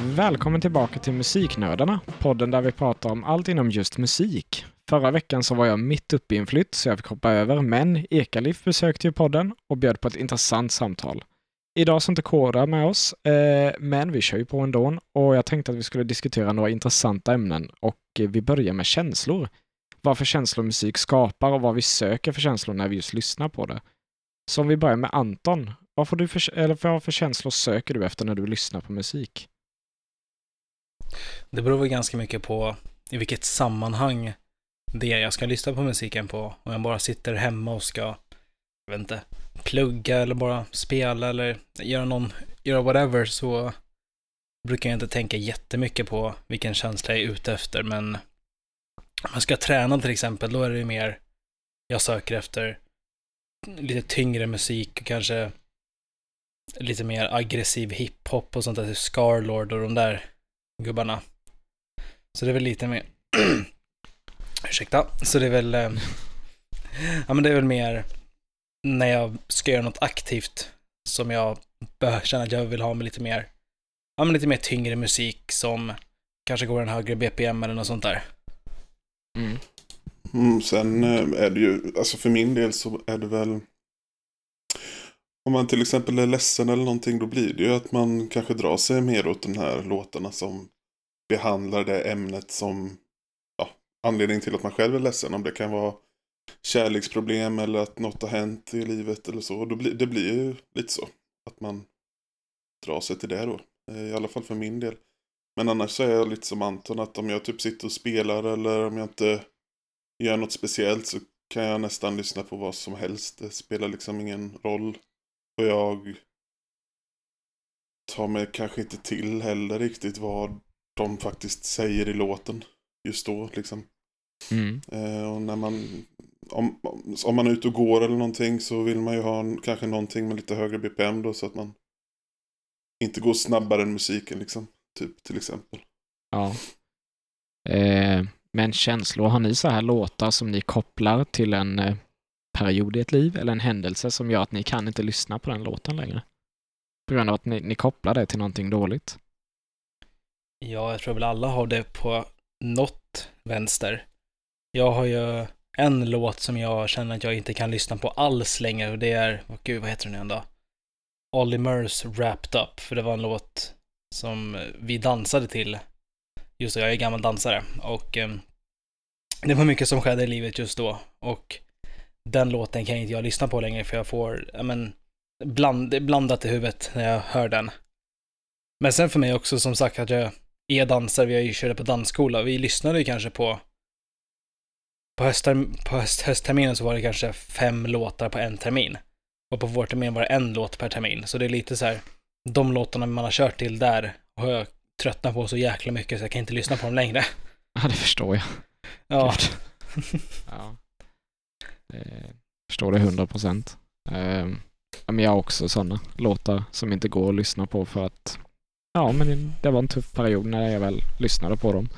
Välkommen tillbaka till Musiknördarna, podden där vi pratar om allt inom just musik. Förra veckan så var jag mitt uppe i en flytt så jag fick hoppa över, men Ekalif besökte ju podden och bjöd på ett intressant samtal. Idag så inte Kåra med oss, men vi kör ju på ändå och jag tänkte att vi skulle diskutera några intressanta ämnen och vi börjar med känslor. Varför känslor musik skapar och vad vi söker för känslor när vi just lyssnar på det. Så om vi börjar med Anton, vad för känslor söker du efter när du lyssnar på musik? Det beror väl ganska mycket på i vilket sammanhang det är jag ska lyssna på musiken på. Om jag bara sitter hemma och ska, jag vet inte, plugga eller bara spela eller göra whatever, så brukar jag inte tänka jättemycket på vilken känsla jag är ute efter. Men om jag ska träna till exempel, då är det mer jag söker efter lite tyngre musik och kanske lite mer aggressiv hiphop och sånt där, Scarlord och de där gubbarna. Så det är väl lite mer ursäkta. Så det är väl ja, men det är väl mer när jag ska göra något aktivt som jag bör känna att jag vill ha med lite mer, ja, men lite mer tyngre musik som kanske går en högre BPM eller något sånt där. Sen är det ju, alltså för min del så är det väl, om man till exempel är ledsen eller någonting, då blir det ju att man kanske drar sig mer åt de här låtarna som behandlar det ämnet som, ja, anledning till att man själv är ledsen. Om det kan vara kärleksproblem eller att något har hänt i livet eller så. Det blir ju lite så att man drar sig till det då. I alla fall för min del. Men annars så är jag lite som Anton, att om jag typ sitter och spelar eller om jag inte gör något speciellt så kan jag nästan lyssna på vad som helst. Det spelar liksom ingen roll. Och jag tar mig kanske inte till heller riktigt vad de faktiskt säger i låten just då liksom. Och när man om man är ute och går eller någonting så vill man ju ha kanske någonting med lite högre BPM då, så att man inte går snabbare än musiken liksom, typ till exempel. Ja. Men känslor, har ni så här låtar som ni kopplar till en period i ett liv eller en händelse som gör att ni kan inte lyssna på den låten längre? På grund av att ni kopplar det till någonting dåligt? Ja, jag tror väl alla har det på något vänster. Jag har ju en låt som jag känner att jag inte kan lyssna på alls längre, och det är, vad heter den igen då? Olly Murs Wrapped Up, för det var en låt som vi dansade till. Just då, jag är gammal dansare och det var mycket som skedde i livet just då, och den låten kan inte jag lyssna på längre för jag får blandat i huvudet när jag hör den. Men sen för mig också, som sagt, att jag är dansare, vi har ju kört på dansskola, vi lyssnade ju kanske på höstterminen så var det kanske 5 låtar på en termin. Och på vårtermin var det 1 låt per termin. Så det är lite så här, de låtarna man har kört till där har jag tröttnat på så jäkla mycket så jag kan inte lyssna på dem längre. Ja, det förstår jag. Ja. Ja. Förstår det 100%. Men jag har också sådana låtar som inte går att lyssna på för att men det var en tuff period när jag väl lyssnade på dem.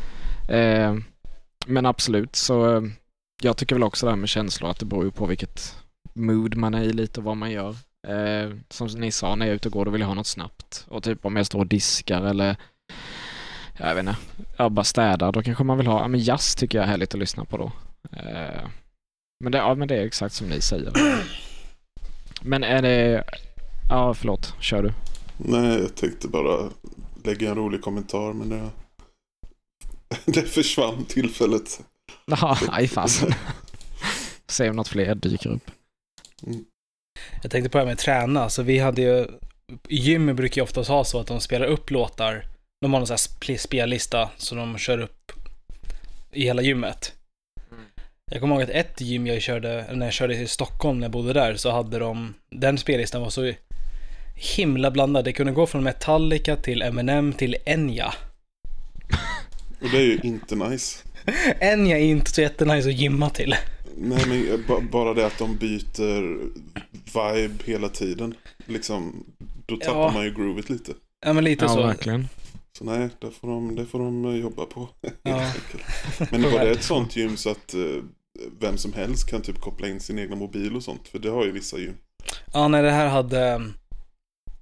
Men absolut, så jag tycker väl också det här med känslor att det beror på vilket mood man är i lite och vad man gör. Som ni sa, när jag är ute och går då vill jag ha något snabbt. Och typ om jag står och diskar eller jag vet inte, jag bara städar, då kanske man vill ha, men jazz tycker jag är härligt att lyssna på då. Men det är exakt som ni säger. Men är det, förlåt, kör du. Nej, jag tänkte bara lägga en rolig kommentar, men det försvann tillfället. Ja, aj fasen. Se om något fler dyker upp. Jag tänkte på det här med träna, så vi hade ju, gym brukar ju ofta ha så att de spelar upp låtar, de har någon sån här spellista som de kör upp i hela gymmet. Jag kommer ihåg att ett gym när jag körde i Stockholm när jag bodde där, så hade de, den spellistan var så himla blandad. Det kunde gå från Metallica till Eminem till Enya. Och det är ju inte nice. Enya är inte så jättenice att gymma till. Nej, men bara det att de byter vibe hela tiden. Liksom, då tappar man ju groovet lite. Ja, men lite så. Verkligen. Så nej, det får de jobba på. Ja. Men var det ett sånt gym så att vem som helst kan typ koppla in sin egna mobil och sånt? För det har ju vissa gym. Ja, nej, det här hade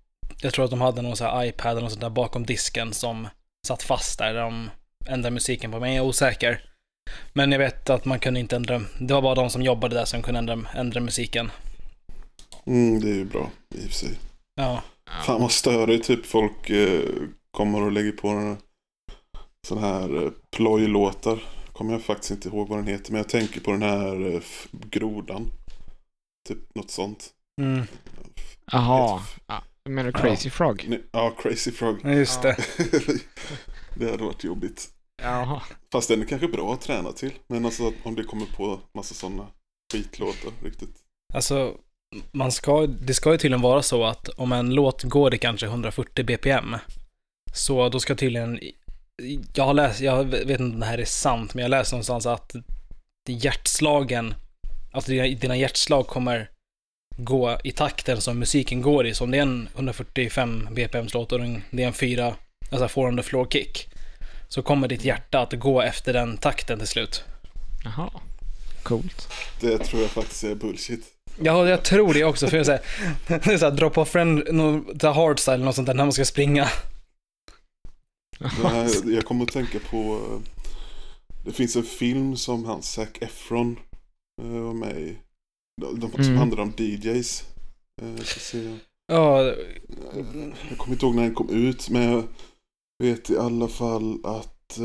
jag tror att de hade någon så här iPad eller något sånt där bakom disken som satt fast där de ändrade musiken på. Men jag är osäker. Men jag vet att man kunde inte ändra. Det var bara de som jobbade där som kunde ändra musiken. Det är ju bra i och för sig. Ja. Fan vad störigt typ folk kommer och lägger på sån här plojlåtar. Kommer jag faktiskt inte ihåg vad den heter, men jag tänker på den här grodan. Typ något sånt. Jaha. Men Crazy Frog? Ja, Crazy Frog. Ja, just det. Det hade varit jobbigt. Jaha. Fast den är kanske bra att träna till. Men alltså om det kommer på massa sådana skitlåtar riktigt. Alltså, det ska ju tydligen vara så att om en låt går i kanske 140 bpm, så då ska tydligen, jag vet inte om det här är sant, men jag läste någonstans att hjärtslagen, att dina hjärtslag kommer gå i takten som musiken går i. Så om det är en 145 bpm låt och det är en 4 on the floor kick, så kommer ditt hjärta att gå efter den takten till slut. Jaha, coolt. Det tror jag faktiskt är bullshit. Ja, jag tror det också, för jag säger så här, dra på hardstyle eller något sånt där när man ska springa. Jag kommer att tänka på, det finns en film som Zac Efron var med i, som handlar om DJs. Ja. Jag kommer inte ihåg när den kom ut, men jag vet i alla fall att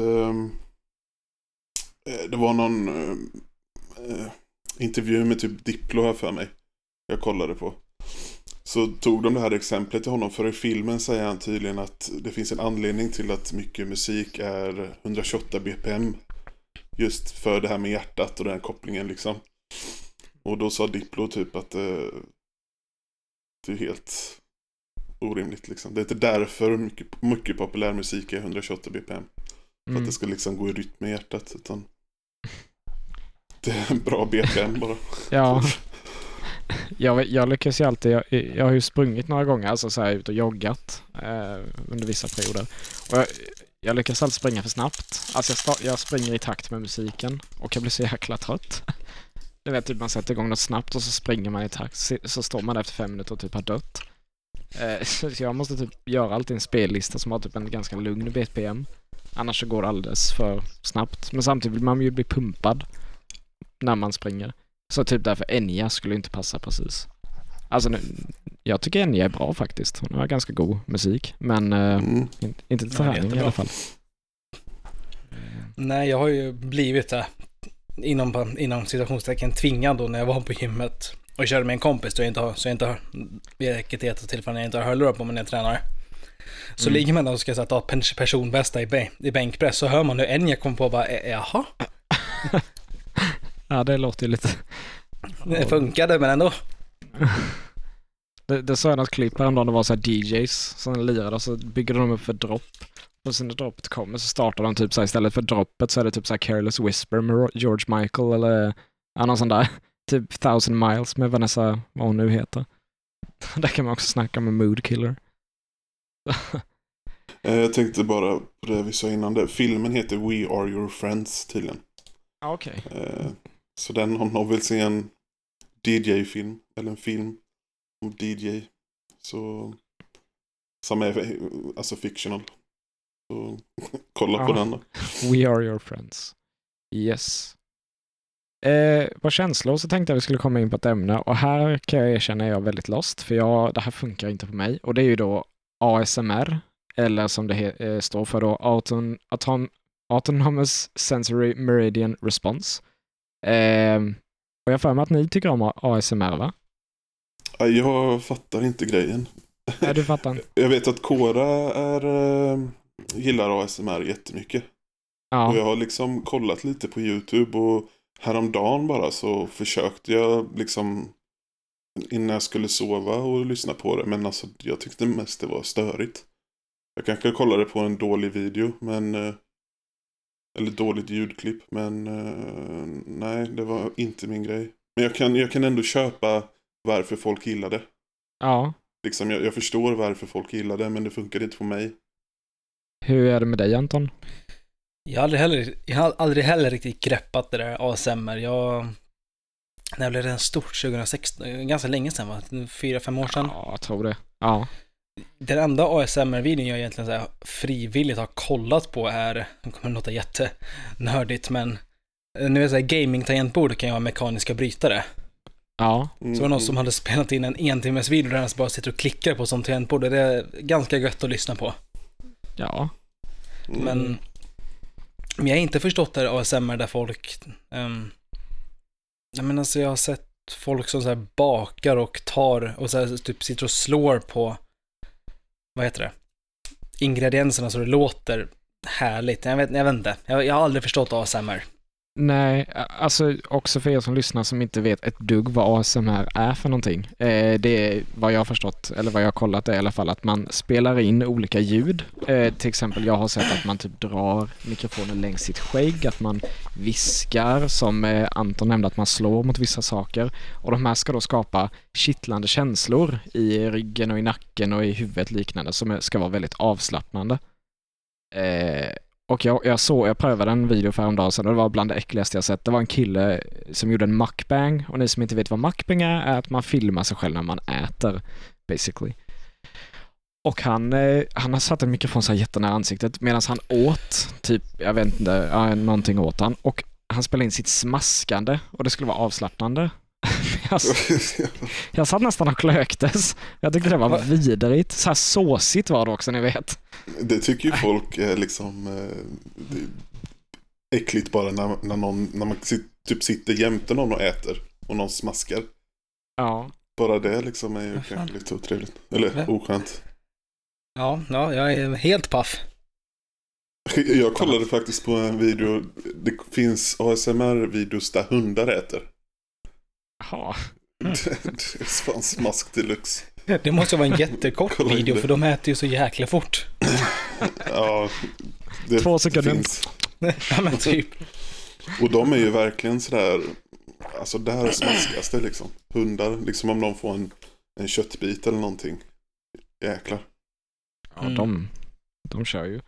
det var någon intervju med typ Diplo här för mig. Jag kollade på. Så tog de det här exemplet till honom, för i filmen säger han tydligen att det finns en anledning till att mycket musik är 128 bpm. Just för det här med hjärtat och den kopplingen liksom. Och då sa Diplo typ att det är helt orimligt liksom. Det är inte därför mycket populär musik är 128 bpm. För att det ska liksom gå i rytm med hjärtat, utan det är en bra bpm bara. Ja. Jag lyckas ju alltid, jag har ju sprungit några gånger, alltså så här ut och joggat under vissa perioder. Och jag lyckas alltid springa för snabbt. Alltså jag springer i takt med musiken och jag blir så jäkla trött. Du vet, typ man sätter igång något snabbt och så springer man i takt, så står man efter 5 minuter och typ har dött. Så jag måste typ göra alltid en spellista som har typ en ganska lugn BPM. Annars så går det alldeles för snabbt. Men samtidigt vill man ju bli pumpad när man springer. Så typ därför Enya skulle inte passa precis. Alltså jag tycker Enya är bra faktiskt. Hon har ganska god musik. Men inte träning i alla fall. Nej, jag har ju blivit inom situationstecken tvingad då när jag var på gymmet och körde med en kompis då jag inte har vilket heter tillfällen jag inte har hörlurar på mig när jag tränar. Så ligger man där och ska ta personbästa i bänkpress, så hör man hur Enya kommer på och bara, jaha? Ja, det låter ju lite... Det funkade, men ändå. Det såg jag något klipp häromdagen, det var så här DJs som lirade och så bygger de upp för dropp. Och sen när droppet kommer så startar de typ så här, istället för droppet så är det typ så här Careless Whisper med George Michael eller någon sån där. Typ 1000 Miles med Vanessa, vad hon nu heter. Där kan man också snacka med Mood Killer. Jag tänkte bara på det vi sa innan. Filmen heter We Are Your Friends tydligen. Okej. Så den har väl se en DJ-film. Eller en film om DJ. Så, som är alltså fictional. Så kolla på den då. We Are Your Friends. Yes. På känslor så tänkte jag vi skulle komma in på ett ämne. Och här kan jag erkänna att jag är väldigt lost. För det här funkar inte på mig. Och det är ju då ASMR. Eller som det står för då Autonomous Sensory Meridian Response. Och jag för mig att ni tycker om ASMR, va? Jag fattar inte grejen. Nej, du fattar inte. Jag vet att Cora gillar ASMR jättemycket. Ja. Och jag har liksom kollat lite på YouTube och häromdagen bara så försökte jag liksom innan jag skulle sova och lyssna på det. Men alltså jag tyckte mest det var störigt. Jag kanske kollade på en dålig video, men eller dåligt ljudklipp, men nej, det var inte min grej. Men jag kan ändå köpa varför folk gillar det. Ja. Liksom, jag förstår varför folk gillar det, men det funkar inte på mig. Hur är det med dig, Anton? Jag har aldrig heller riktigt greppat det där ASMR. När jag blev redan stort 2016, ganska länge sedan, va? 4-5 år sedan. Ja, jag tror det. Ja. Den enda ASMR-videon jag egentligen så här frivilligt har kollat på är, det kommer låta jättenördigt, men nu är det så här gaming-tangentbord kan ju ha mekaniska brytare. Ja. Så var det någon som hade spelat in en timmes video där han bara sitter och klickar på som tangentbord, och det är ganska gött att lyssna på. Ja. Men jag har inte förstått det ASMR där folk jag menar, alltså jag har sett folk som så här bakar och tar och så här typ sitter och slår på, vad heter det, ingredienserna så det låter härligt. Jag vet inte. Jag har aldrig förstått ASMR. Nej, alltså också för er som lyssnar som inte vet ett dugg vad ASMR är för någonting. Det är vad jag har förstått, eller vad jag har kollat är i alla fall att man spelar in olika ljud. Till exempel jag har sett att man typ drar mikrofonen längs sitt skägg, att man viskar, som Anton nämnde, att man slår mot vissa saker. Och de här ska då skapa kittlande känslor i ryggen och i nacken och i huvudet liknande som ska vara väldigt avslappnande. Och jag prövade en video för en dag sedan och det var bland det äckligaste jag sett. Det var en kille som gjorde en mukbang, och ni som inte vet vad mukbang är att man filmar sig själv när man äter, basically. Och han har satt en mikrofon så här jättenära ansiktet medan han åt, typ, jag vet inte, någonting åt han. Och han spelade in sitt smaskande och det skulle vara avslappnande. Jag satt nästan och klöktes. Jag tyckte det var vidrigt. Så här såsigt var det också, ni vet. Det tycker ju folk är liksom äckligt bara när man typ sitter jämte någon och äter och någon smaskar. Ja. Bara det liksom är ju kanske lite otrevligt. Eller oskönt. Ja, jag är helt paff. Jag kollade faktiskt på en video. Det finns ASMR-videos där hundar äter. Ja. Det är fan smask deluxe. Det måste vara en jättekort Kolla video det. för de äter ju så jäkla fort. Ja, det 2 sekunder. finns. Ja, men typ. Och de är ju verkligen sådär, alltså det här är smaskigaste liksom. Hundar, liksom om de får en köttbit eller någonting. Jäklar. Ja, de kör ju.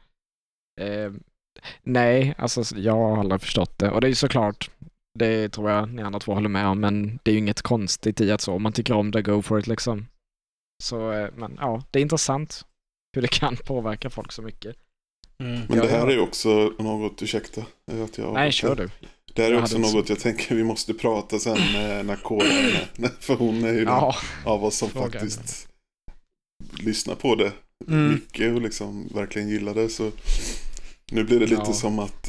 Nej, alltså jag har aldrig förstått det. Och det är ju såklart, det tror jag ni andra två håller med om, men det är ju inget konstigt i att så, om man tycker om det, go for it liksom. Så, men ja, det är intressant hur det kan påverka folk så mycket. Men det här är ju också något, ursäkta. Att jag Nej, kör du. Det här är också något jag tänker vi måste prata sen när Kåren för hon är ju den av oss som faktiskt lyssnar på det mycket och liksom verkligen gillar det. Så nu blir det lite som att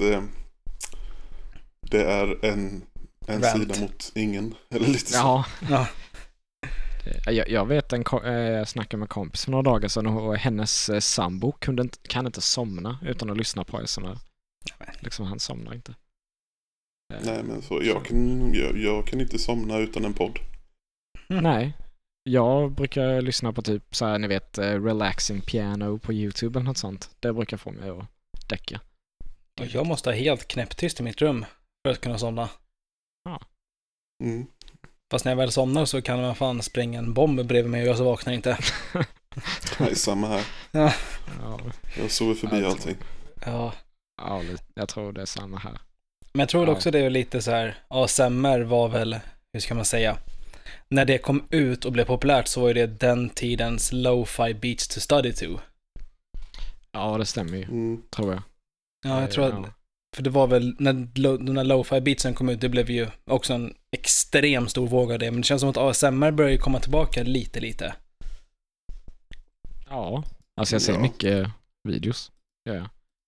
det är en sida mot ingen. Eller lite så. Ja. Jag vet, jag snackade med en kompis för några dagar sedan och hennes sambo kan inte somna utan att lyssna på ASMR. Liksom han somnar inte. Nej, men så jag kan inte somna utan en podd. Nej. Jag brukar lyssna på typ så här, ni vet, relaxing piano på YouTube eller något sånt. Det brukar få mig att däcka. Och jag måste ha helt knäpptyst i mitt rum för att kunna somna. Ja. Fast när jag väl somnar så kan man fan spränga en bomb bredvid mig och jag så vaknar inte. Nej, samma här. Ja. Jag sover förbi allting. Ja. Ja, jag tror det är samma här. Men jag tror också det är lite så här, ASMR var väl, hur ska man säga, när det kom ut och blev populärt så var det den tidens lo-fi beats to study to. Ja, det stämmer ju, tror jag. Ja, jag tror att, för det var väl, när de där lo-fi beatsen kom ut, det blev ju också en extrem stor våg av det, men det känns som att ASMR börjar komma tillbaka lite. Ja, alltså jag ser mycket videos. Ja.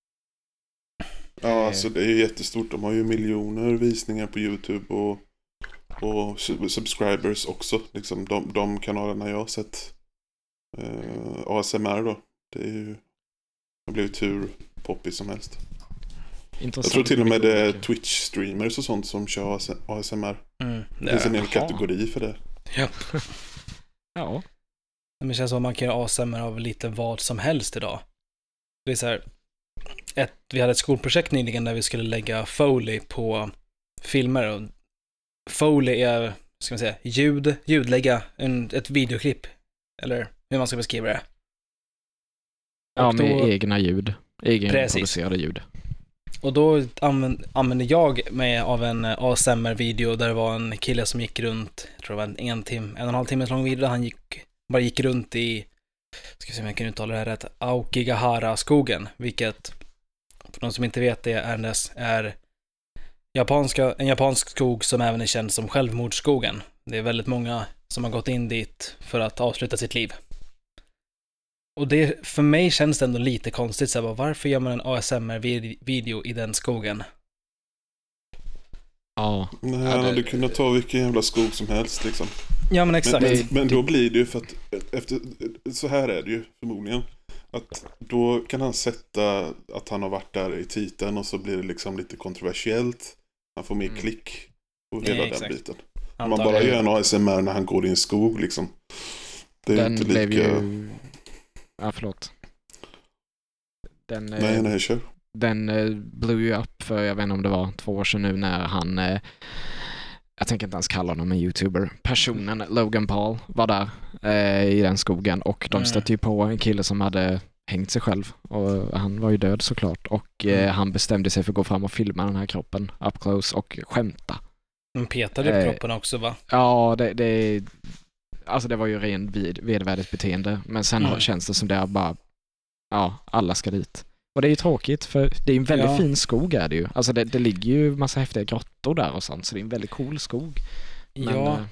Ja, alltså det är ju jättestort. De har ju miljoner visningar på YouTube och subscribers också. Liksom de kanalerna jag har sett. ASMR då. Det är ju, har blivit hur poppis som helst. Intressant. Jag tror till och med det är Twitch-streamers och sånt som kör ASMR. Det finns en hel kategori för det. Ja. Ja. Men det känns som att man kan göra ASMR av lite vad som helst idag. Det är så här, vi hade ett skolprojekt nyligen där vi skulle lägga Foley på filmer. Och Foley är, ska man säga, ljudlägga ett videoklipp. Eller hur man ska beskriva det. Ja, och med då, egna ljud. Egenproducerade ljud. Och då använde jag mig av en ASMR-video där det var en kille som gick runt, jag tror det var en och en halv timmes lång video, där han bara gick runt i ska se om jag kan uttala det här rätt, Aokigahara-skogen, vilket, för de som inte vet det, är en japansk skog som även är känd som självmordsskogen. Det är väldigt många som har gått in dit för att avsluta sitt liv. Och det, för mig känns det ändå lite konstigt, så här, varför gör man en ASMR-video i den skogen? Ja. Nej, han hade kunnat ta vilken jävla skog som helst liksom. Ja, men exakt. Men då blir det ju för att så här är det ju förmodligen. Att då kan han sätta att han har varit där i titeln och så blir det liksom lite kontroversiellt. Han får mer klick på hela den biten. Om man bara gör en ASMR när han går i en skog liksom. Det är den inte blev lika... ju... Ja, förlåt. Nej, kör. Den blew ju upp för, jag vet inte om det var 2 år sedan nu, när han, jag tänker inte ens kalla honom en YouTuber, personen Logan Paul var där i den skogen, och de stötte ju på en kille som hade hängt sig själv, och han var ju död såklart, och han bestämde sig för att gå fram och filma den här kroppen up close och skämta. De petade upp kroppen också, va? Ja, alltså det var ju ren vedervärdigt beteende, men sen känns det som det är bara, ja, alla ska dit. Och det är ju tråkigt, för det är en väldigt fin skog är det ju. Alltså det ligger ju massa häftiga grottor där och sånt, så det är en väldigt cool skog. Men,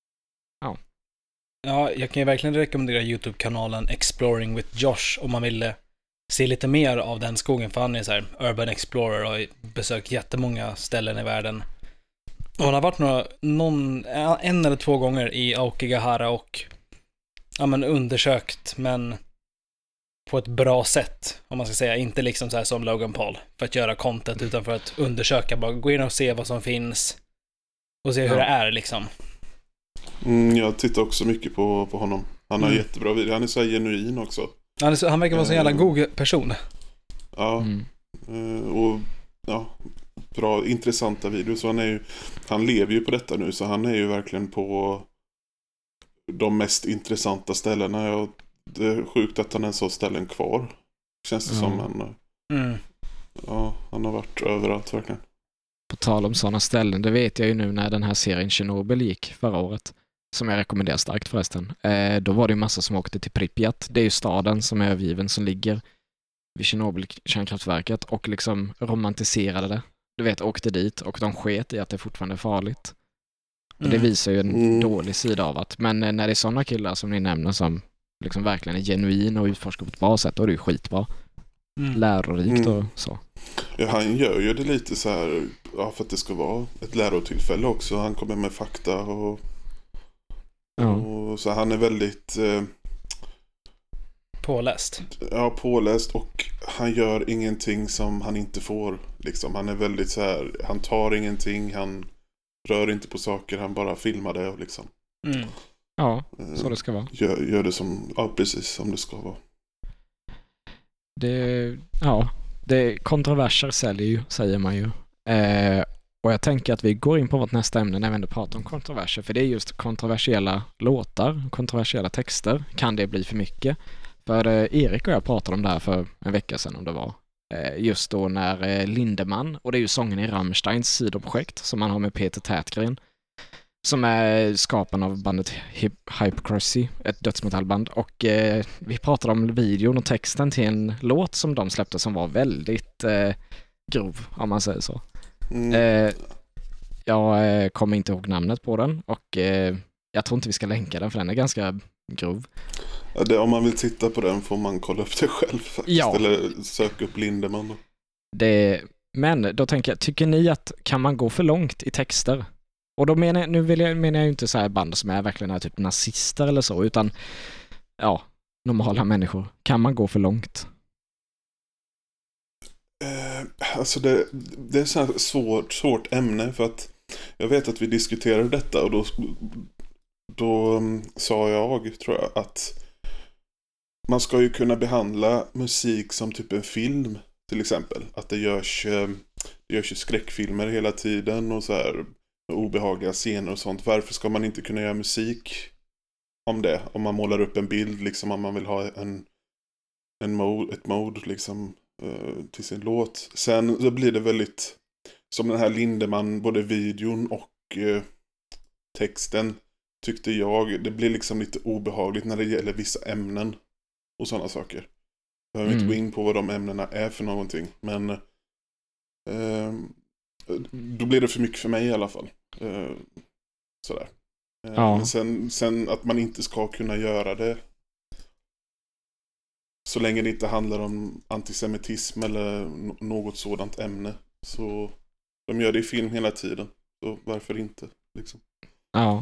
ja, jag kan ju verkligen rekommendera YouTube-kanalen Exploring with Josh om man vill se lite mer av den skogen, för han är så här urban explorer och har besökt jättemånga ställen i världen. Och han har varit en eller 2 gånger i Aokigahara och undersökt, men på ett bra sätt, om man ska säga. Inte liksom så här som Logan Paul för att göra content, utan för att undersöka, bara gå in och se vad som finns och se hur det är liksom. Jag tittar också mycket på honom. Han har jättebra video. Han är så här genuin också. Han verkar vara så jävla god person. Ja. Och bra, intressanta videos. Så han lever ju på detta nu, så han är ju verkligen på de mest intressanta ställena. Det är sjukt att han ens har ställen kvar. Känns det som han... Ja, han har varit överallt verkligen. På tal om sådana ställen, det vet jag ju nu när den här serien Chernobyl gick förra året, som jag rekommenderar starkt förresten. Då var det ju massa som åkte till Pripyat. Det är ju staden som är övergiven, som ligger vid Chernobyl-kärnkraftverket, och liksom romantiserade det. Du vet, åkte dit och de sket i att det fortfarande är farligt. Och det visar ju en dålig sida av att, men när det är sådana killar som ni nämner som liksom verkligen är genuin och utforskar på ett bra sätt, då är det ju skitbra. Lärorikt och så. Ja, han gör ju det lite så här, för att det ska vara ett lärotillfälle också. Han kommer med fakta och så han är väldigt påläst. Ja, påläst, och han gör ingenting som han inte får liksom. Han är väldigt så här, han tar ingenting, han rör inte på saker, han bara filmar det och liksom. Ja, så det ska vara. Gör det som, precis som det ska vara. Kontroverser säljer ju, säger man ju. Och jag tänker att vi går in på vårt nästa ämne när vi ändå pratar om kontroverser, för det är just kontroversiella låtar, kontroversiella texter. Kan det bli för mycket? För Erik och jag pratade om det här för en vecka sedan, om det var. Just då när Lindemann, och det är ju sången i Rammsteins sidoprojekt som man har med Peter Tätgren, som är skaparen av bandet Hypocrisy, ett dödsmetallband. Och vi pratade om videon och texten till en låt som de släppte som var väldigt grov, om man säger så. Jag kommer inte ihåg namnet på den, och jag tror inte vi ska länka den, för den är ganska grov. Om man vill titta på den får man kolla upp det själv faktiskt, eller söka upp Lindemann. Men då tänker jag, tycker ni att kan man gå för långt i texter? Och då menar jag ju inte så här band som är verkligen är typ nazister eller så, utan normala människor. Kan man gå för långt? Alltså det är så här svårt ämne, för att jag vet att vi diskuterade detta, och då sa jag, tror jag, att man ska ju kunna behandla musik som typ en film, till exempel. Att det görs ju skräckfilmer hela tiden och så här obehagliga scener och sånt. Varför ska man inte kunna göra musik om det? Om man målar upp en bild, liksom, om man vill ha ett mode liksom, till sin låt. Sen så blir det väldigt, som den här Lindemann, både videon och texten, tyckte jag, det blir liksom lite obehagligt när det gäller vissa ämnen. och sådana saker. Jag behöver inte gå in på vad de ämnena är för någonting. Men då blir det för mycket för mig i alla fall. Sådär. Men sen att man inte ska kunna göra det så länge det inte handlar om antisemitism eller något sådant ämne. Så de gör det i film hela tiden. Så varför inte? Liksom. Ja.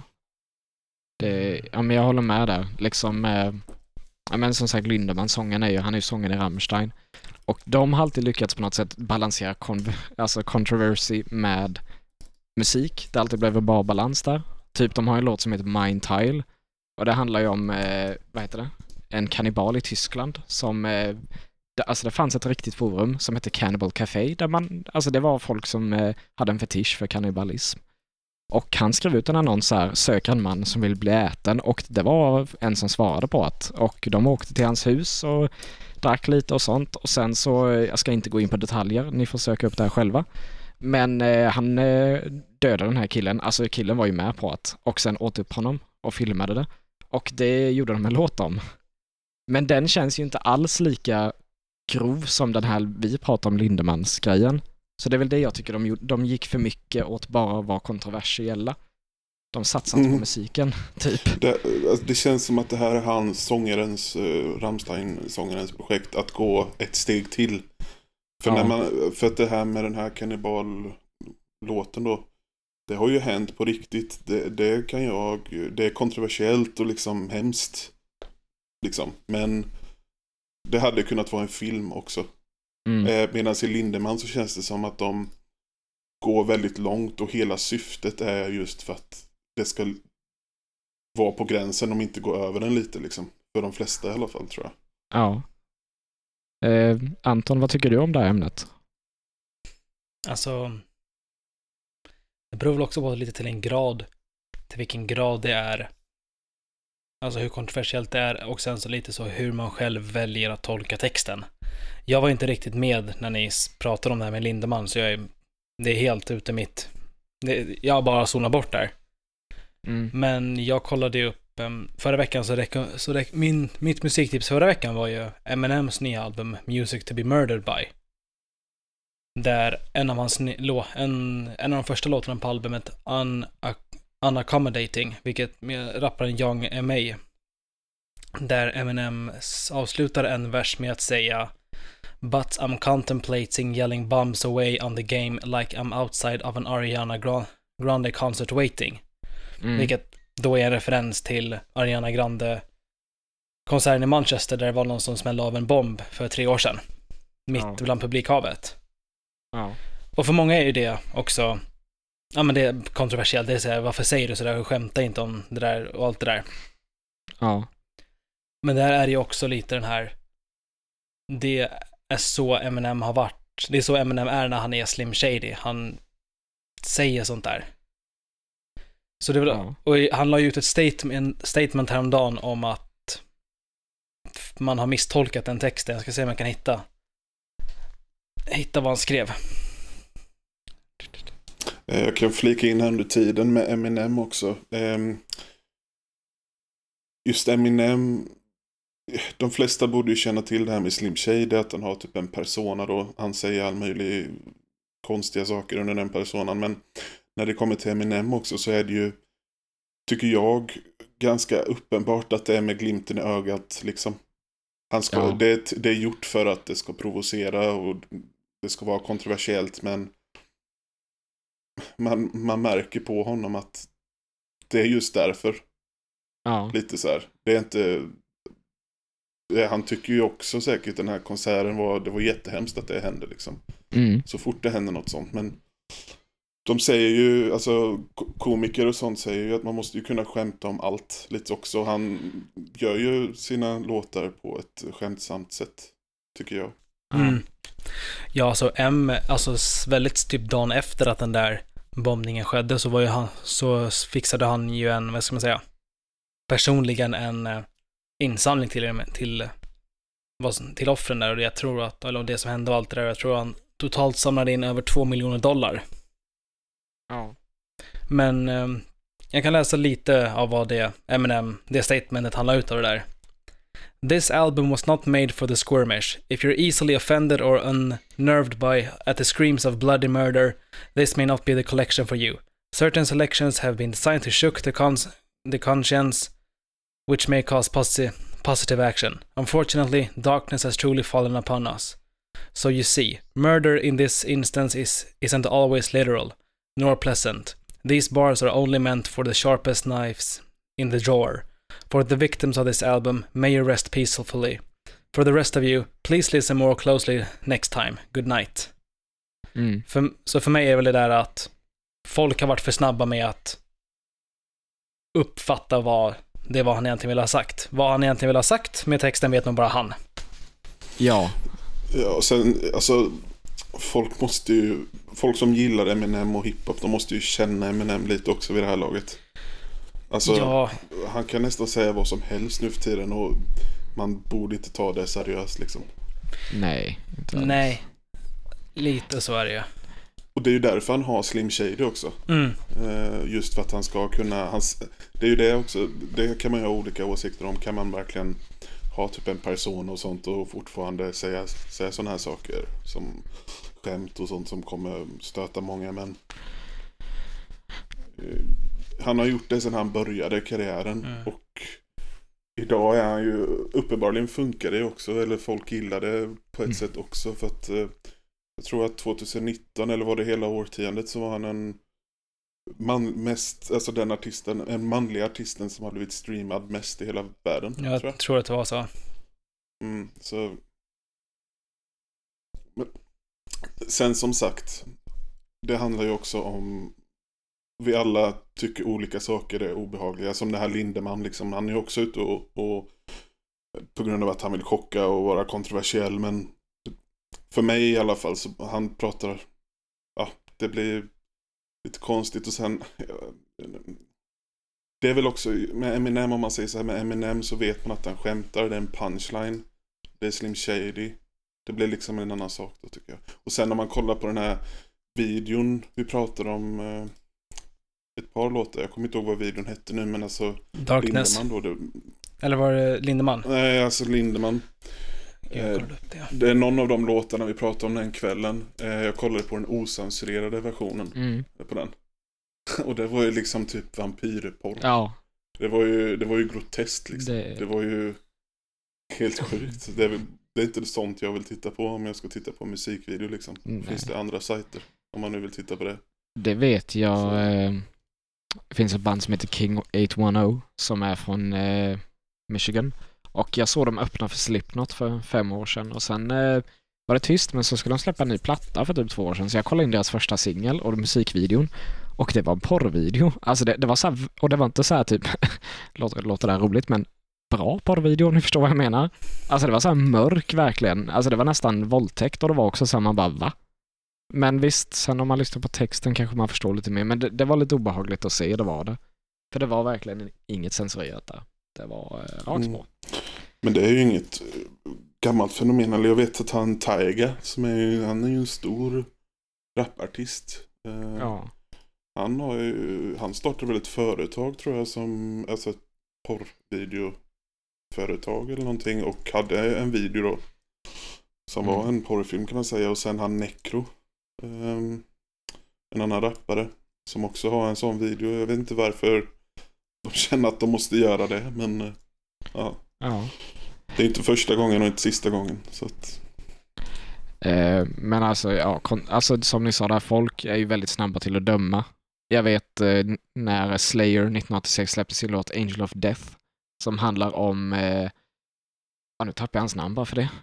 Men jag håller med där. Liksom, men som sagt, Lindemann, han är ju sången i Rammstein. Och de har alltid lyckats på något sätt balansera controversy med musik. Det har alltid blivit bra balans där. Typ, de har en låt som heter Mind Tile. Och det handlar ju om, vad heter det? En kannibal i Tyskland som... det fanns ett riktigt forum som hette Cannibal Café där det var folk som hade en fetisch för kannibalism. Och han skrev ut en annons här, söker en man som vill bli äten, och det var en som svarade på att, och de åkte till hans hus och drack lite och sånt, och sen så, jag ska inte gå in på detaljer, ni får söka upp det här själva, men han dödade den här killen, alltså killen var ju med på att, och sen åt upp honom och filmade det, och det gjorde de en låt om. Men den känns ju inte alls lika grov som den här vi pratar om, Lindemans grejen. Så det är väl det jag tycker de gick för mycket åt bara att vara kontroversiella. De satsar inte på musiken, typ. Det känns som att det här är Rammstein-sångerens projekt att gå ett steg till. För att det här med den här kannibal-låten då, det har ju hänt på riktigt. Det är kontroversiellt och liksom hemskt. Liksom. Men det hade kunnat vara en film också. Medan i Lindemann så känns det som att de går väldigt långt och hela syftet är just för att det ska vara på gränsen, om inte gå över den lite liksom. För de flesta i alla fall, tror jag. Ja. Anton, vad tycker du om det här ämnet? Alltså, det beror väl också på lite till vilken grad det är. Alltså hur kontroversiellt det är, och sen så lite så hur man själv väljer att tolka texten. Jag var inte riktigt med när ni pratade om det här med Lindemann, så det är helt ute mitt... jag bara zonat bort där. Men jag kollade upp förra veckan, mitt musiktips förra veckan var ju Eminems nya album Music to be Murdered by. Där en av de första låtarna på albumet Unaccommodating, vilket med rapparen Young M.A. Där Eminem avslutar en vers med att säga "But I'm contemplating yelling bombs away on the game like I'm outside of an Ariana Grande concert waiting." Vilket då är en referens till Ariana Grande konserten i Manchester, där det var någon som smällde av en bomb för 3 år sedan. Mitt bland publikhavet. Och för många är ju det också... Ja, men det är kontroversiellt. Det är så här, varför säger du så där? Skämta inte om det där och allt det där. Ja. Men där är det ju också lite den här... Det är så Eminem har varit. Det är så Eminem är när han är Slim Shady. Han säger sånt där. Så det är väl, och han la ju ut ett statement häromdagen om att man har misstolkat den texten. Jag ska se om jag kan hitta vad han skrev. Jag kan flika in här under tiden med Eminem också. Just Eminem, de flesta borde ju känna till det här med Slim Shady, att han har typ en persona då. Han säger all möjlig konstiga saker under den personan. Men när det kommer till Eminem också så är det ju, tycker jag, ganska uppenbart att det är med glimten i ögat liksom. Det är gjort för att det ska provocera och det ska vara kontroversiellt, men man märker på honom att det är just därför. Lite så här. Det är inte... Han tycker ju också säkert den här konserten det var jättehemskt att det hände liksom. Så fort det händer något sånt. Men de säger ju, alltså komiker och sånt säger ju att man måste ju kunna skämta om allt lite också. Han gör ju sina låtar på ett skämtsamt sätt, tycker jag. Ja, alltså väldigt typ dagen efter att den där bombningen skedde så fixade han ju personligen en insamling till offren där, och jag tror att, eller det som hände och allt det där, jag tror han totalt samlade in över $2 miljoner. Men jag kan läsa lite av vad det statementet handlar ut av det där. This album was not made for the squirmish. If you're easily offended or unnerved at the screams of bloody murder, this may not be the collection for you. Certain selections have been designed to shook the conscience, which may cause positive action. Unfortunately, darkness has truly fallen upon us. So you see, murder in this instance isn't always literal, nor pleasant. These bars are only meant for the sharpest knives in the drawer. For the victims of this album, may you rest peacefully. For the rest of you, please listen more closely next time. Good night. Så för mig är väl det där att folk har varit för snabba med att uppfatta vad han egentligen vill ha sagt. Vad han egentligen vill ha sagt med texten vet nog bara han. Ja. Ja, sen, alltså, folk som gillar Eminem och hiphop, de måste ju känna Eminem lite också vid det här laget. Alltså, han kan nästan säga vad som helst nu för tiden och man borde inte ta det seriöst liksom. Nej, inte alls. Nej, lite så är det ju. Och det är ju därför han har Slim Shady också. Just för att han ska kunna... det är ju det också, det kan man ju ha olika åsikter om. Kan man verkligen ha typ en person och sånt och fortfarande säga sådana här saker som skämt och sånt som kommer stöta många, men han har gjort det sedan han började karriären och idag är han ju uppenbarligen funkar det också, eller folk gillar det på ett sätt också, för att jag tror att 2019 eller var det hela årtiondet så var han en manliga artisten som har blivit streamad mest i hela världen. Jag tror att det var så. Så men, sen som sagt, det handlar ju också om vi alla tycker olika saker är obehagliga, som det här Lindemann liksom, han är ju också ute och på grund av att han vill chocka och vara kontroversiell, men för mig i alla fall så han pratar, det blir lite konstigt och sen det är väl också med Eminem, om man säger så här med Eminem så vet man att han skämtar, det är en punchline, det är Slim Shady, det blir liksom en annan sak då tycker jag. Och sen när man kollar på den här videon vi pratar om ett par låtar, jag kommer inte ihåg vad videon hette nu, men alltså Darkness. Lindemann då, eller var det Lindemann? Nej, alltså Lindemann. Det är någon av de låtarna vi pratade om den kvällen. Jag kollade på den ocensurerade versionen på den. Och det var ju liksom typ vampyrporr. Ja. Det var ju groteskt liksom. Det var ju helt sjukt. Det är inte sånt jag vill titta på om jag ska titta på musikvideo liksom. Finns det andra sajter om man nu vill titta på det? Det vet jag. Det finns ett band som heter King 810 som är från Michigan. Och jag såg dem öppna för Slipknot för 5 år sedan. Och sen var det tyst, men så skulle de släppa en ny platta för typ 2 år sedan. Så jag kollade in deras första singel och musikvideon. Och det var en porrvideo. Alltså det var så här, och det var inte så här typ, låter det här roligt, men bra porrvideo, ni förstår vad jag menar. Alltså det var så här mörk verkligen. Alltså det var nästan våldtäkt och det var också så här, man bara, va? Men visst, sen om man lyssnar på texten kanske man förstår lite mer. Men det var lite obehagligt att se, det var det. För det var verkligen inget censurerat där. Det var rakt på. Men det är ju inget gammalt fenomen. Eller jag vet att han Tyga, han är ju en stor rapartist. Ja. Han startade väl ett företag tror jag, som alltså ett porrvideoföretag eller någonting, och hade en video då som var en porrfilm kan man säga. Och sen han Necro, en annan rappare som också har en sån video. Jag vet inte varför de känner att de måste göra det, men ja. Det är inte första gången och inte sista gången så att... Men alltså, alltså som ni sa där, folk är ju väldigt snabba till att döma. Jag vet när Slayer 1986 släppte sin låt Angel of Death som handlar om nu tappar jag hans namn bara för det.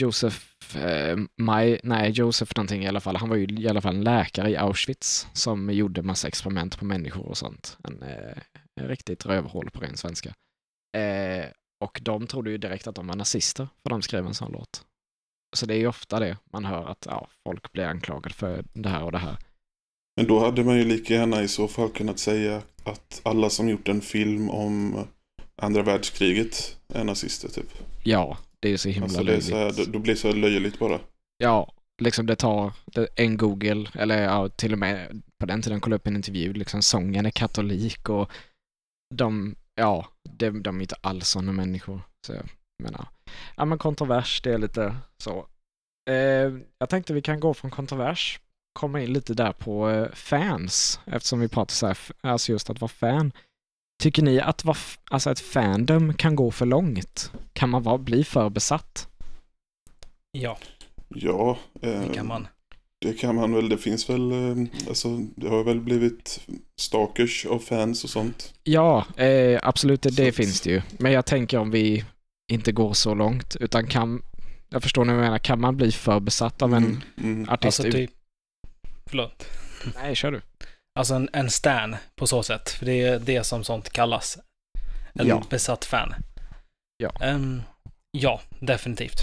Joseph någonting i alla fall. Han var ju i alla fall en läkare i Auschwitz som gjorde massa experiment på människor och sånt. En riktigt rövhål på ren svenska. Och de trodde ju direkt att de var nazister för de skrev en sån låt. Så det är ju ofta det man hör att folk blir anklagade för det här och det här. Men då hade man ju lika gärna i så fall kunnat säga att alla som gjort en film om andra världskriget är nazister typ. Ja, det är ju så himla löjligt. Då blir det så löjligt bara. Ja, liksom det tar en Google, eller till och med på den tiden kolla upp en intervju, liksom sången är katolik och de är inte alls sådana människor. Så, menar, ja men kontrovers, det är lite så. Jag tänkte vi kan gå från kontrovers, komma in lite där på fans, eftersom vi pratar så här, alltså just att vara fan. Tycker ni att alltså ett fandom kan gå för långt? Kan man bli för besatt? Ja, Ja, det kan man. det kan man väl. Det finns väl, alltså det har väl blivit stalkers av fans och sånt. Ja, absolut, det Så finns det ju. Men jag tänker om vi inte går så långt, utan jag förstår vad jag menar, kan man bli för besatt av en artist? Alltså typ, förlåt. Nej, kör du. Alltså en stan på så sätt. För det är det som sånt kallas. En besatt fan. Ja. Ja, definitivt.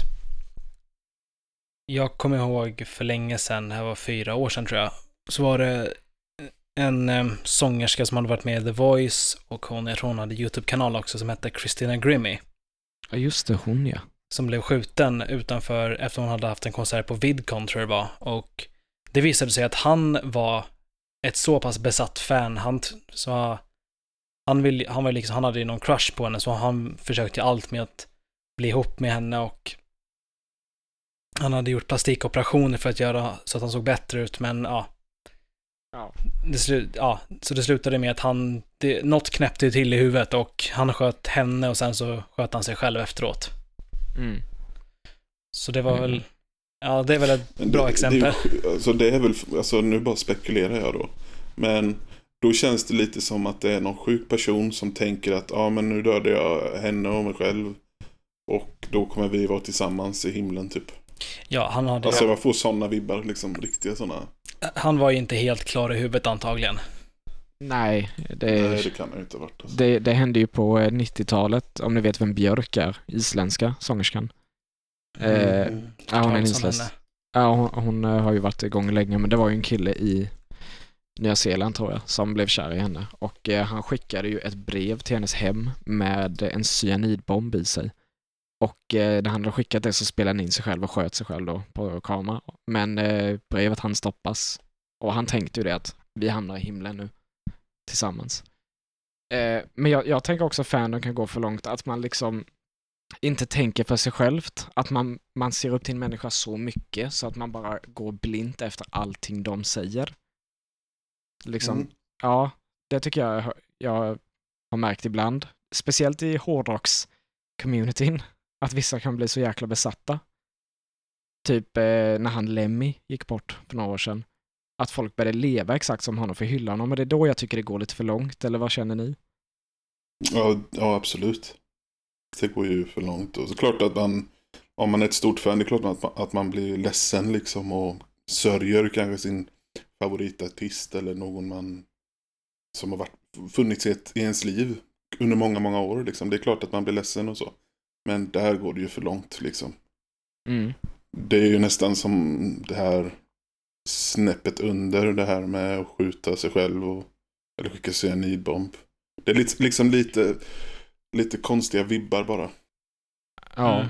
Jag kommer ihåg för länge sedan, det här var 4 år sedan tror jag, så var det en sångerska som hade varit med i The Voice och jag tror hon hade YouTube-kanal också som hette Christina Grimmie. Ja, just det, hon ja. Som blev skjuten utanför efter hon hade haft en konsert på VidCon tror jag det var. Och det visade sig att han var ett så pass besatt fan. Han hade ju någon crush på henne, så han försökte allt med att bli ihop med henne, och han hade gjort plastikoperationer för att göra så att han såg bättre ut, men så det slutade med att något knäppte till i huvudet och han sköt henne och sen så sköt han sig själv efteråt. Så det var väl det är väl ett bra exempel. Det är väl, alltså nu bara spekulerar jag då. Men då känns det lite som att det är någon sjuk person som tänker att men nu dödade jag henne och mig själv och då kommer vi vara tillsammans i himlen typ. Ja, han hade... Alltså jag får sådana vibbar, liksom riktiga sådana. Han var ju inte helt klar i huvudet antagligen. Nej, det kan han inte ha varit. Alltså. Det hände ju på 90-talet, om ni vet vem Björk är, isländska sångerskan. Hon är en isländsk. Hon har ju varit igång länge, men det var ju en kille i Nya Zeeland tror jag som blev kär i henne. Och han skickade ju ett brev till hennes hem med en cyanidbomb i sig. Och när han hade skickat det så spelade han in sig själv och sköt sig själv då på kamera. Men brevet han stoppas. Och han tänkte ju det att vi hamnar i himlen nu tillsammans. Men jag tänker också att fandom kan gå för långt. Att man liksom inte tänker för sig självt. Att man ser upp till en människa så mycket så att man bara går blint efter allting de säger. Liksom, ja, det tycker jag har märkt ibland. Speciellt i hårdrocks-communityn. Att vissa kan bli så jäkla besatta. Typ när han Lemmy gick bort för några år sedan. Att folk började leva exakt som honom för hyllan honom. Men det är då jag tycker det går lite för långt. Eller vad känner ni? Ja, absolut. Det går ju för långt. Och så klart att om man är ett stort fan, det är klart att man blir ledsen liksom och sörjer kanske sin favoritartist eller någon som har funnits i ens liv under många, många år liksom. Det är klart att man blir ledsen och så. Men där går det ju för långt liksom. Det är ju nästan som det här snäppet under det här med att skjuta sig själv eller skicka cyanidbomb. Det är liksom lite konstiga vibbar bara. Ja.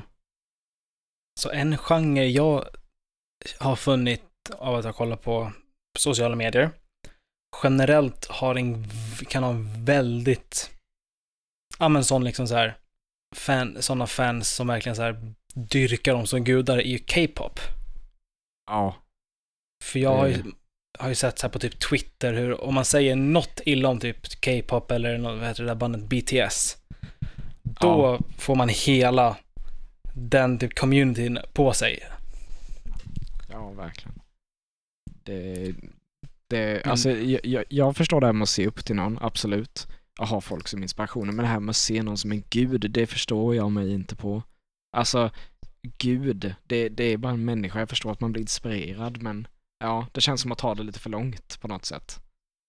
Så en genre jag har funnit av att jag kollar på sociala medier generellt kan ha väldigt sån liksom så här såna fans som verkligen så här dyrkar dem som gudar är ju K-pop. Ja. För jag har ju sett så här på typ Twitter hur om man säger något illa om typ K-pop eller vad heter det där bandet BTS, då får man hela den typ communityn på sig. Ja, verkligen. Alltså, jag förstår det här med att se upp till någon, absolut. Och ha folk som inspirationer. Men det här med att se någon som en gud, det förstår jag mig inte på. Alltså, gud, det är bara en människa. Jag förstår att man blir inspirerad, men ja, det känns som att ta det lite för långt på något sätt.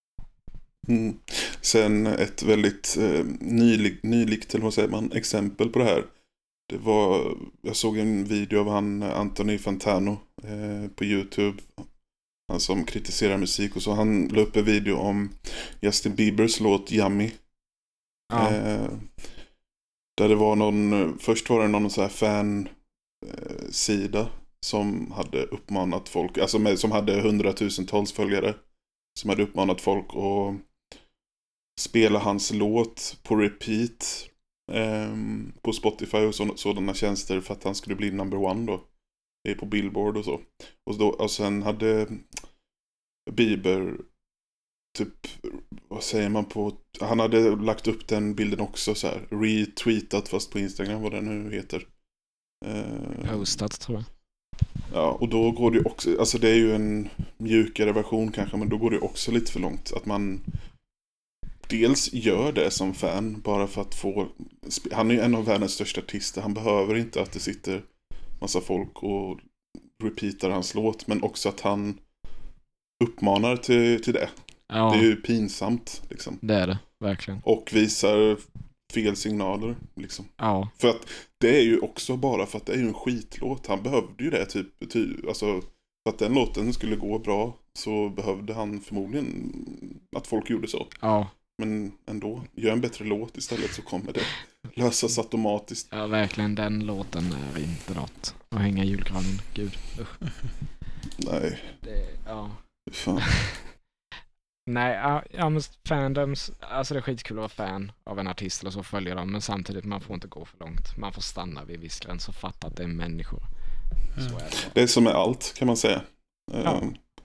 Sen ett väldigt nyligt eller vad säger man, exempel på det här. Det var, jag såg en video av Anthony Fantano på YouTube. Han som kritiserar musik och så. Han la upp en video om Justin Biebers låt Yummy. Ja. Där det var först var det någon så här fan-sida som hade uppmanat folk, alltså som hade 100,000-tals följare, som hade uppmanat folk att spela hans låt på repeat på Spotify och sådana tjänster för att han skulle bli number one då. Det är på Billboard och så. Och sen hade Bieber typ, vad säger man på, han hade lagt upp den bilden också så här, retweetat fast på Instagram, vad det nu heter. Postat tror jag. Ja, och då går det också, alltså det är ju en mjukare version kanske, men då går det också lite för långt. Att man dels gör det som fan bara för att få, han är ju en av världens största artister, han behöver inte att det sitter massa folk och repeatar hans låt, men också att han uppmanar till det. Ja, Det är ju pinsamt liksom. det är det, verkligen. Och visar fel signaler liksom. Ja, För att det är ju också bara för att det är ju en skitlåt. Han behövde ju det typ alltså för att den låten skulle gå bra så behövde han förmodligen att folk gjorde så. ja. Men ändå, gör en bättre låt istället så kommer det lösas automatiskt. Ja, verkligen, den låten är inte något att hänga i julgranen. Gud, usch. Nej, Ja. fan. Nej, ja, men fandoms, alltså det är skitkul att vara fan av en artist eller så, följa dem, men samtidigt man får inte gå för långt. Man får stanna vid viss gräns och fatta att det är människor. Så är det. Det är som med allt kan man säga. Ja.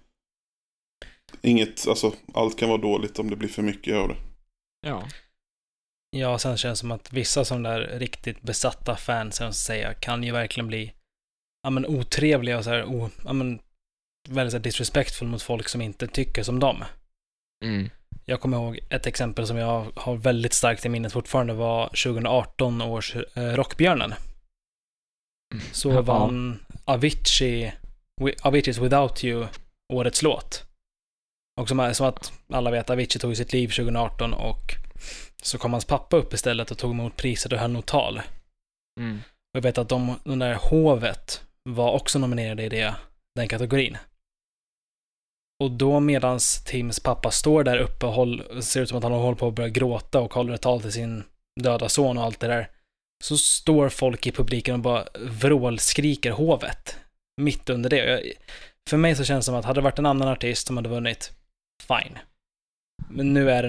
Alltså allt kan vara dåligt om det blir för mycket av det. Ja, Ja, sen känns det som att vissa som där riktigt besatta fans, som säga, kan ju verkligen bli otrevliga och så här, väldigt så här disrespectful mot folk som inte tycker som dem. mm. Jag kommer ihåg ett exempel som jag har väldigt starkt i minnet fortfarande var 2018 års Rockbjörnen. Så Ja. vann Avicii's Without You årets låt. Och som att alla vet, Avicii tog sitt liv 2018 och så kom hans pappa upp istället och tog emot priset och höll något tal. Mm. Och jag vet att den där hovet var också nominerade i den kategorin. Och då medans Tims pappa står där uppe och ser ut som att han håller på att börja gråta och håller ett tal till sin döda son och allt det där, så står folk i publiken och bara vrålskriker hovet mitt under det. För mig så känns det som att hade det varit en annan artist som hade vunnit, fine. Men nu är det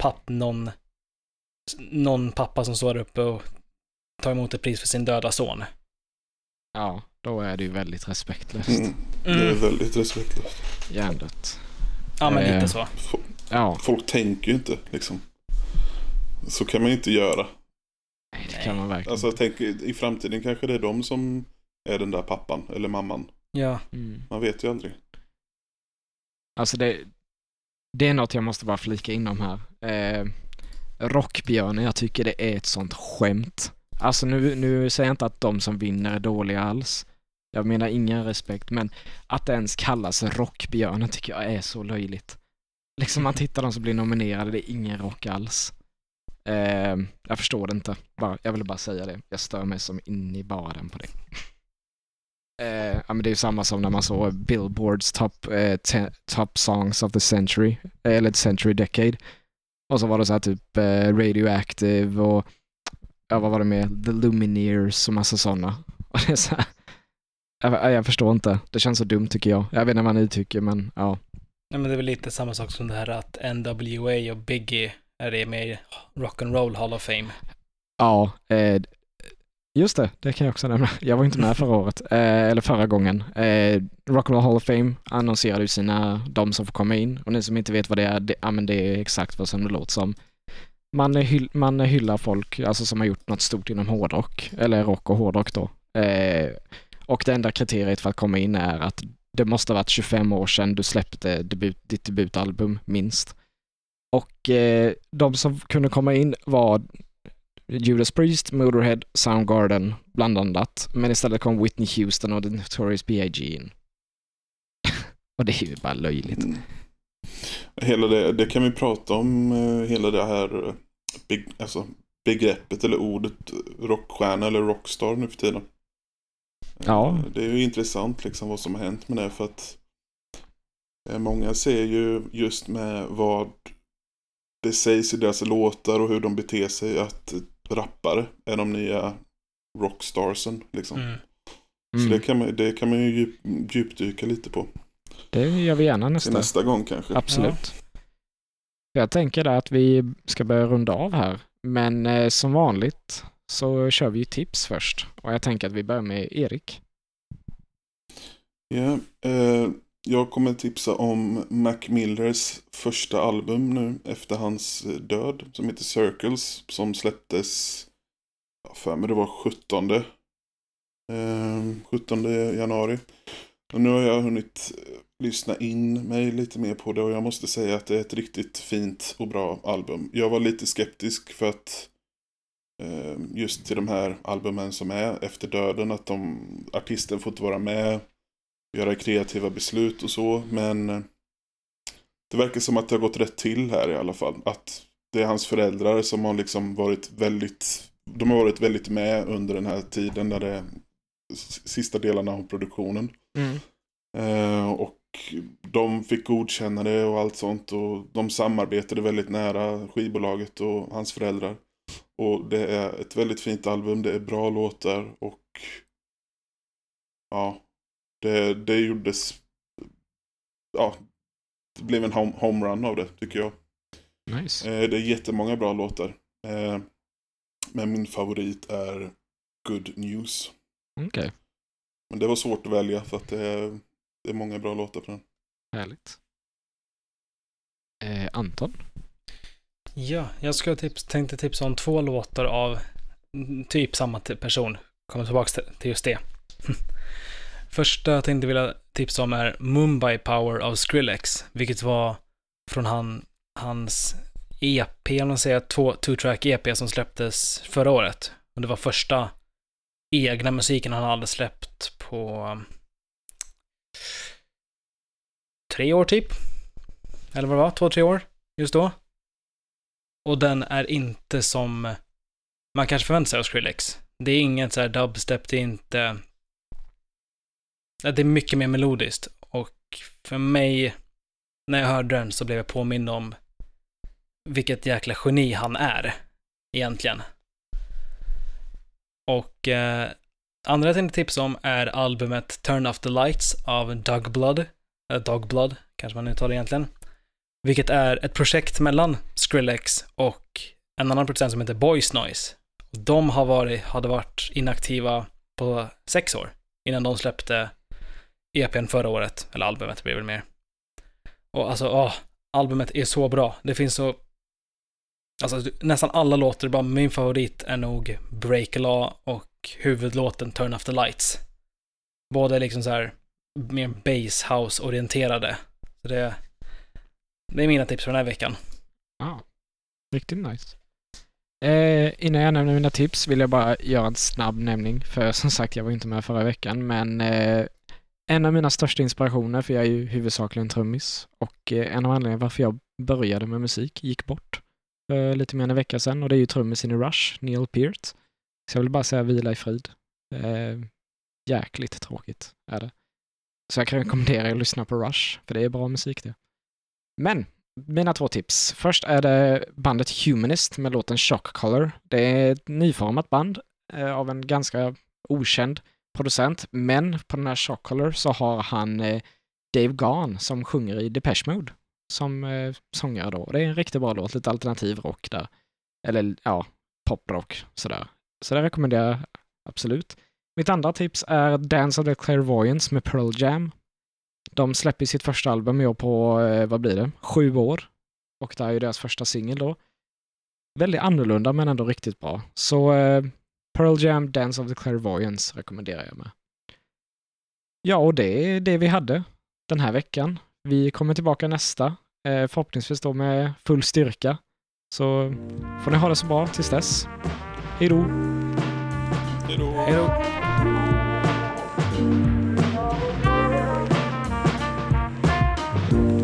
någon pappa som står uppe och tar emot ett pris för sin döda son. Ja, då är det ju väldigt respektlöst. Det är väldigt respektlöst. Hjärndött. Ja, men lite så. Ja, Folk tänker ju inte liksom. Så kan man ju inte göra. nej, det kan man verkligen. Alltså jag tänker, i framtiden kanske det är de som är den där pappan eller mamman. Ja. Man vet ju aldrig. Alltså det är något jag måste bara flika in om här. Rockbjörnen, jag tycker det är ett sånt skämt. Alltså nu säger jag inte att de som vinner är dåliga alls. Jag menar ingen respekt, men att det ens kallas Rockbjörnen tycker jag är så löjligt. Liksom man tittar de som blir nominerade, det är ingen rock alls. Jag förstår det inte. Jag ville bara säga det. Jag stör mig som in i baren på det. Ja, men det är ju samma som när man såg Billboards top songs of the century, eller the century decade. Och så var det så här typ Radioactive och vad var det med? The Lumineers och massa sådana. Och det är så här, jag förstår inte. Det känns så dumt tycker jag. Jag vet inte vad ni tycker, men ja. Nej, men det är väl lite samma sak som det här att NWA och Biggie är det med i Rock'n'Roll Hall of Fame. Ja, just det kan jag också nämna. Jag var inte med förra året, eller förra gången. Rock'n'Roll Hall of Fame annonserade ju de som får komma in. Och ni som inte vet vad det är, det är exakt vad som det låter som. Man hyllar folk alltså, som har gjort något stort inom hårdrock, eller rock och hårdrock då. Och det enda kriteriet för att komma in är att det måste ha varit 25 år sedan du släppte ditt debutalbum, minst. Och de som kunde komma in var Judas Priest, Motorhead, Soundgarden bland annat. Men istället kom Whitney Houston och The Notorious B.I.G. in. Och det är ju bara löjligt. Hela det kan vi prata om, hela det här begreppet eller ordet rockstjärna eller rockstar nu för tiden. Ja. Det är ju intressant liksom vad som har hänt med det, för att många ser ju just med vad det sägs i deras låtar och hur de beter sig att rappare är de nya rockstarsen liksom. Så det kan man ju djupdyka lite på. Det gör vi gärna nästa gång kanske. Absolut. Ja. Jag tänker att vi ska börja runda av här. Men som vanligt så kör vi ju tips först. Och jag tänker att vi börjar med Erik. Ja, jag kommer tipsa om Mac Millers första album nu efter hans död, som heter Circles, som släpptes, för mig det var 17 januari. Och nu har jag hunnit lyssna in mig lite mer på det, och jag måste säga att det är ett riktigt fint och bra album. Jag var lite skeptisk för att just till de här albumen som är efter döden, att artisten får inte vara med, göra kreativa beslut och så, men det verkar som att det har gått rätt till här i alla fall. Att det är hans föräldrar som har liksom varit väldigt med under den här tiden, där det sista delarna av produktionen. Och de fick godkänna det och allt sånt, och de samarbetade väldigt nära skivbolaget och hans föräldrar. Och det är ett väldigt fint album, det är bra låtar, och ja, det gjordes, ja, det blev en homerun av det, tycker jag. Nice. Det är jättemånga bra låtar, men min favorit är Good News. Okej. Men det var svårt att välja, för att det är många bra låtar på den. Härligt. Anton? Ja, jag tänkte tipsa om 2 låtar av typ samma person. Kommer tillbaka till just det. Första jag tänkte vilja tipsa om är Mumbai Power av Skrillex, vilket var från hans EP, om man säger 2-track EP som släpptes förra året. Och det var första egna musiken han hade släppt på 3 år typ. Eller vad det var, 2-3 år just då. Och den är inte som man kanske förväntar sig av Skrillex. Det är inget så här dubstep, det är inte... Det är mycket mer melodiskt. Och för mig, när jag hörde den, så blev jag påmind om vilket jäkla geni han är, egentligen. Och andra jag tänkte tipsa om är albumet Turn Off the Lights av Dogblood, kanske man uttalar egentligen. Vilket är ett projekt mellan Skrillex och en annan producent som heter Boys Noise. De hade varit inaktiva på 6 år innan de släppte EPn förra året, eller albumet blir väl mer. Och alltså, albumet är så bra. Det finns så... Alltså nästan alla låter, bara min favorit är nog Break a Law och huvudlåten Turn Off the Lights. Båda är liksom så här mer bass house-orienterade. Så det är mina tips för den här veckan. Riktigt nice. Innan jag nämner mina tips vill jag bara göra en snabb nämning, för som sagt, jag var inte med förra veckan, men en av mina största inspirationer, för jag är ju huvudsakligen trummis, och en av anledningarna varför jag började med musik gick bort för lite mer än en vecka sedan, och det är ju trummisen i Rush, Neil Peart. Så jag vill bara säga vila i frid. Jäkligt tråkigt är det. Så jag kan rekommendera er att lyssna på Rush, för det är bra musik det. Men mina 2 tips. Först är det bandet Humanist med låten Shock Color. Det är ett nyformat band av en ganska okänd producent, men på den här Shock Color så har han Dave Gahan som sjunger i Depeche Mode som sångare då. Det är en riktigt bra låt, lite alternativ rock där. Eller ja, poprock sådär. Så det rekommenderar jag absolut. Mitt andra tips är Dance of the Clairvoyants med Pearl Jam. De släpper sitt första album i år på, vad blir det? 7 år. Och det är ju deras första singel då. Väldigt annorlunda men ändå riktigt bra. Så Pearl Jam, Dance of the Clairvoyants rekommenderar jag med. Ja, och det är det vi hade den här veckan. Vi kommer tillbaka nästa. Förhoppningsvis då med full styrka. Så får ni ha det så bra tills dess. Hej då! Hej då! Hej då! Thank you.